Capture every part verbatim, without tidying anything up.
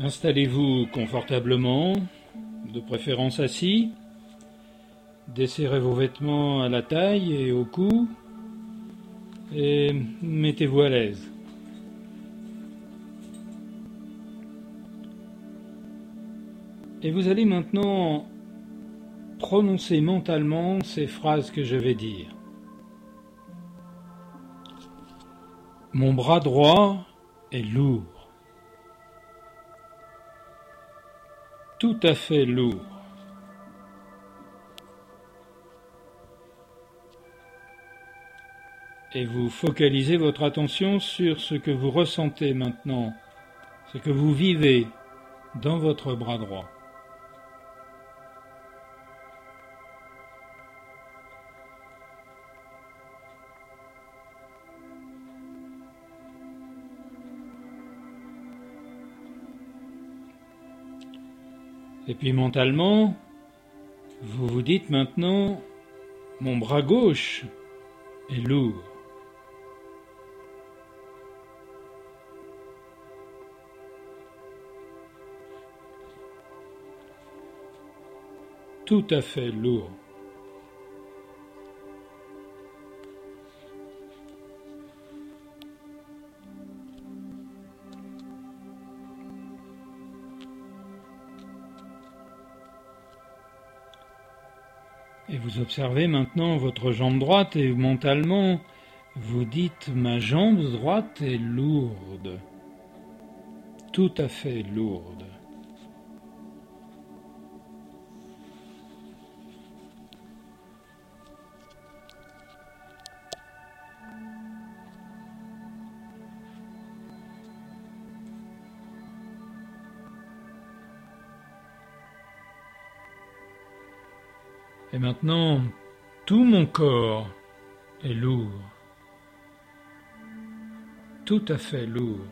Installez-vous confortablement, de préférence assis. Desserrez vos vêtements à la taille et au cou et mettez-vous à l'aise. Et vous allez maintenant prononcer mentalement ces phrases que je vais dire. Mon bras droit est lourd. Tout à fait lourd. Et vous focalisez votre attention sur ce que vous ressentez maintenant, ce que vous vivez dans votre bras droit. Et puis mentalement, vous vous dites maintenant, mon bras gauche est lourd. Tout à fait lourd. Et vous observez maintenant votre jambe droite et mentalement, vous dites « ma jambe droite est lourde, tout à fait lourde ». Et maintenant, tout mon corps est lourd, tout à fait lourd,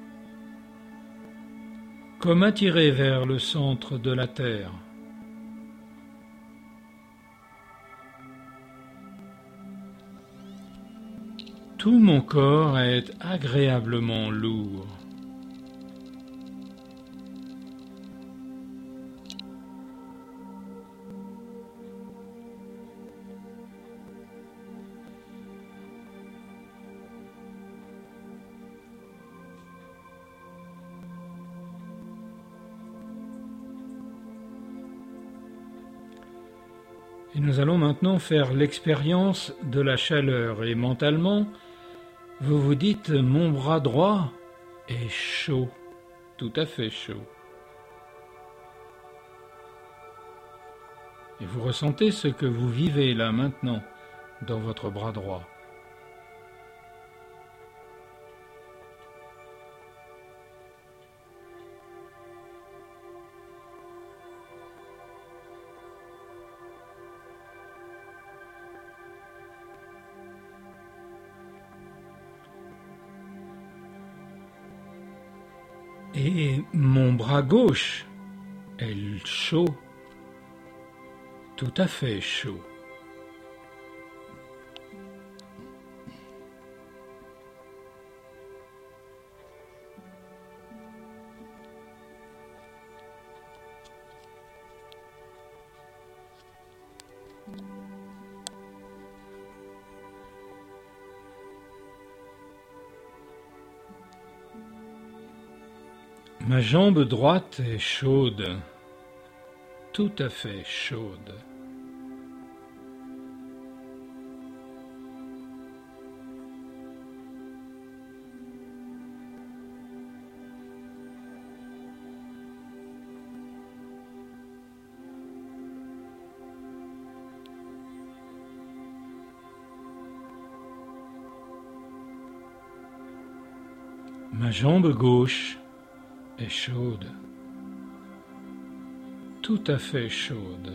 comme attiré vers le centre de la terre. Tout mon corps est agréablement lourd. Et nous allons maintenant faire l'expérience de la chaleur et mentalement, vous vous dites « mon bras droit est chaud, tout à fait chaud ». Et vous ressentez ce que vous vivez là maintenant dans votre bras droit. Et mon bras gauche est chaud, tout à fait chaud. Ma jambe droite est chaude, tout à fait chaude. Ma jambe gauche est chaude, tout à fait chaude.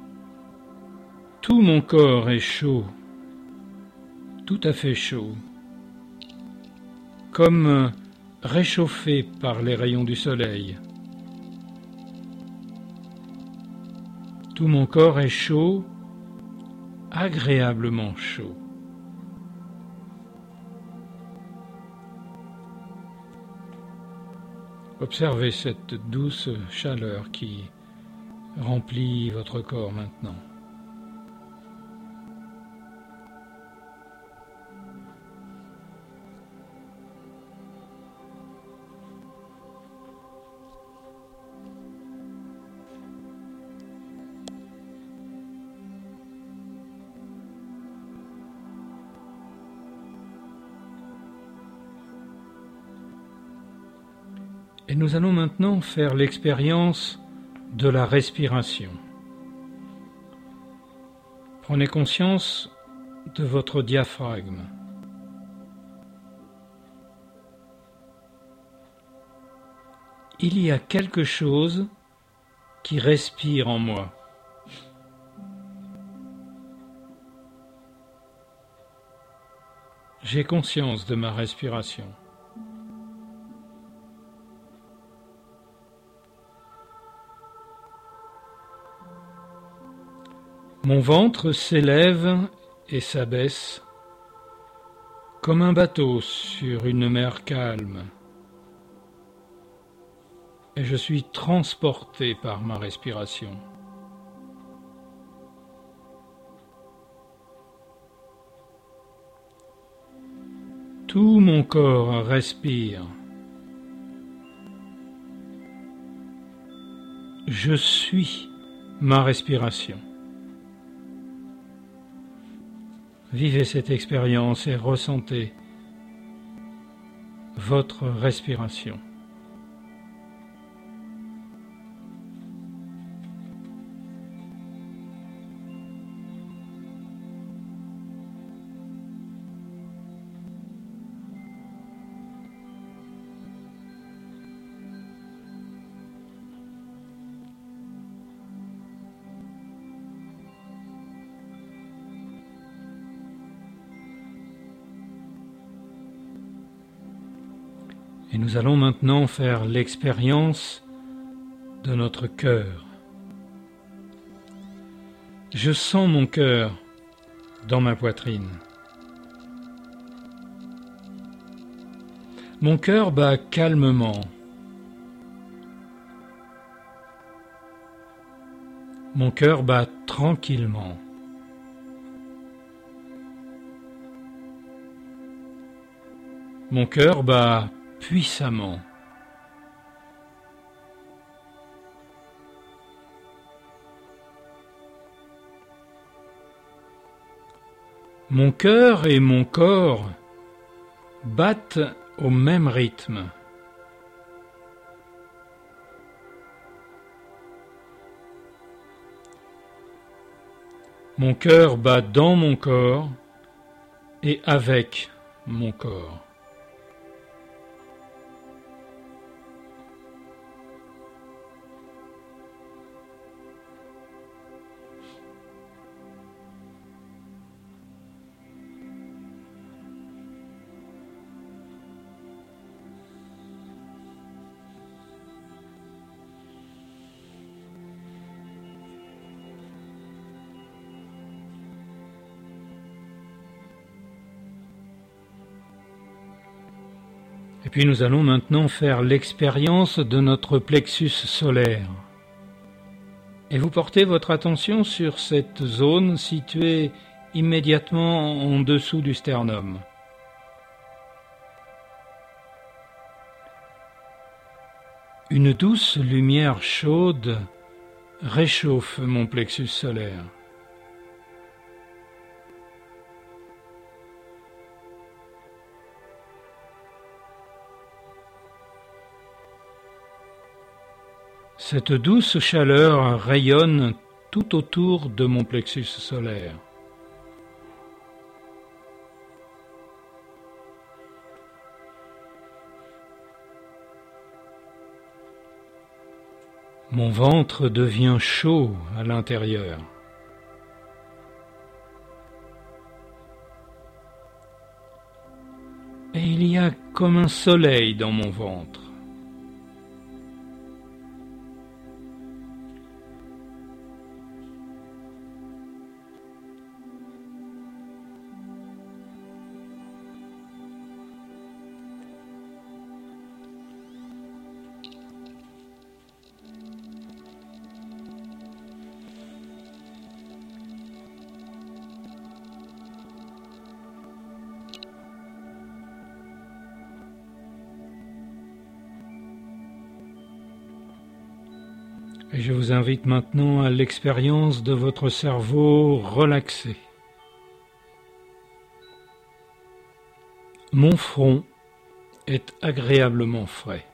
Tout mon corps est chaud, tout à fait chaud. comme réchauffé par les rayons du soleil. Tout mon corps est chaud, agréablement chaud. Observez cette douce chaleur qui remplit votre corps maintenant. Et nous allons maintenant faire l'expérience de la respiration. Prenez conscience de votre diaphragme. Il y a quelque chose qui respire en moi. J'ai conscience de ma respiration. Mon ventre s'élève et s'abaisse comme un bateau sur une mer calme, et je suis transporté par ma respiration. Tout mon corps respire. Je suis ma respiration. Vivez cette expérience et ressentez votre respiration. Et nous allons maintenant faire l'expérience de notre cœur. Je sens mon cœur dans ma poitrine. Mon cœur bat calmement. Mon cœur bat tranquillement. Mon cœur bat puissamment. Mon cœur et mon corps battent au même rythme. Mon cœur bat dans mon corps et avec mon corps. Et puis nous allons maintenant faire l'expérience de notre plexus solaire. Et vous portez votre attention sur cette zone située immédiatement en dessous du sternum. Une douce lumière chaude réchauffe mon plexus solaire. Cette douce chaleur rayonne tout autour de mon plexus solaire. Mon ventre devient chaud à l'intérieur. et il y a comme un soleil dans mon ventre. Et je vous invite maintenant à l'expérience de votre cerveau relaxé. Mon front est agréablement frais.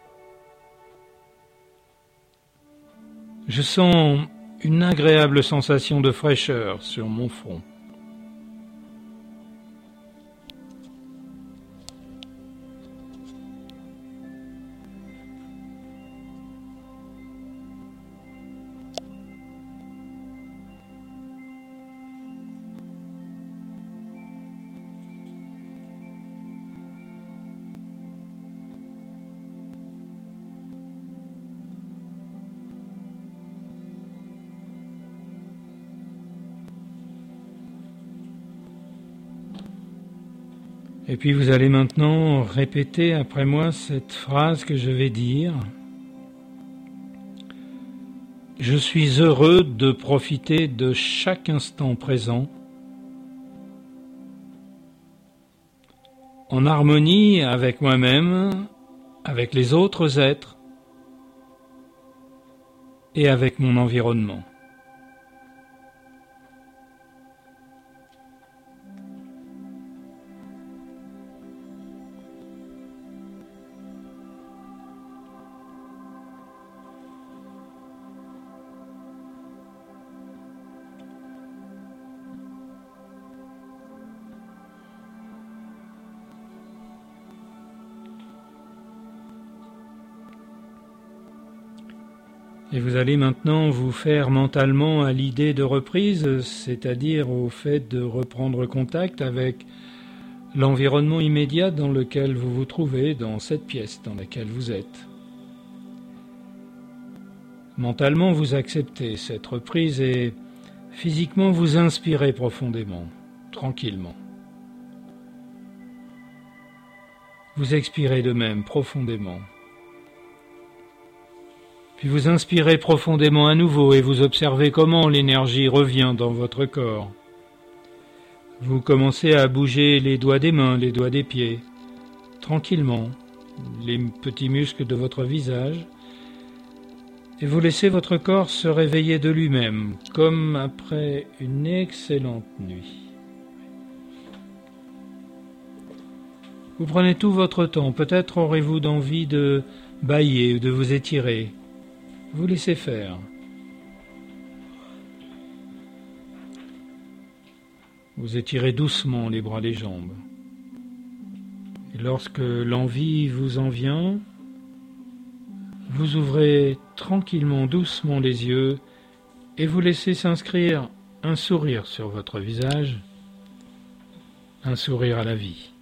Je sens une agréable sensation de fraîcheur sur mon front. Et puis vous allez maintenant répéter après moi cette phrase que je vais dire. Je suis heureux de profiter de chaque instant présent en harmonie avec moi-même, avec les autres êtres et avec mon environnement. Et vous allez maintenant vous faire mentalement à l'idée de reprise, c'est-à-dire au fait de reprendre contact avec l'environnement immédiat dans lequel vous vous trouvez, dans cette pièce dans laquelle vous êtes. Mentalement, vous acceptez cette reprise et physiquement, vous inspirez profondément, tranquillement. Vous expirez de même profondément. Puis vous inspirez profondément à nouveau et vous observez comment l'énergie revient dans votre corps. Vous commencez à bouger les doigts des mains, les doigts des pieds, tranquillement, les petits muscles de votre visage, et vous laissez votre corps se réveiller de lui-même, comme après une excellente nuit. Vous prenez tout votre temps, peut-être aurez-vous d'envie de bâiller ou de vous étirer. Vous laissez faire. Vous étirez doucement les bras, les jambes. Et lorsque l'envie vous en vient, vous ouvrez tranquillement, doucement les yeux et vous laissez s'inscrire un sourire sur votre visage, un sourire à la vie.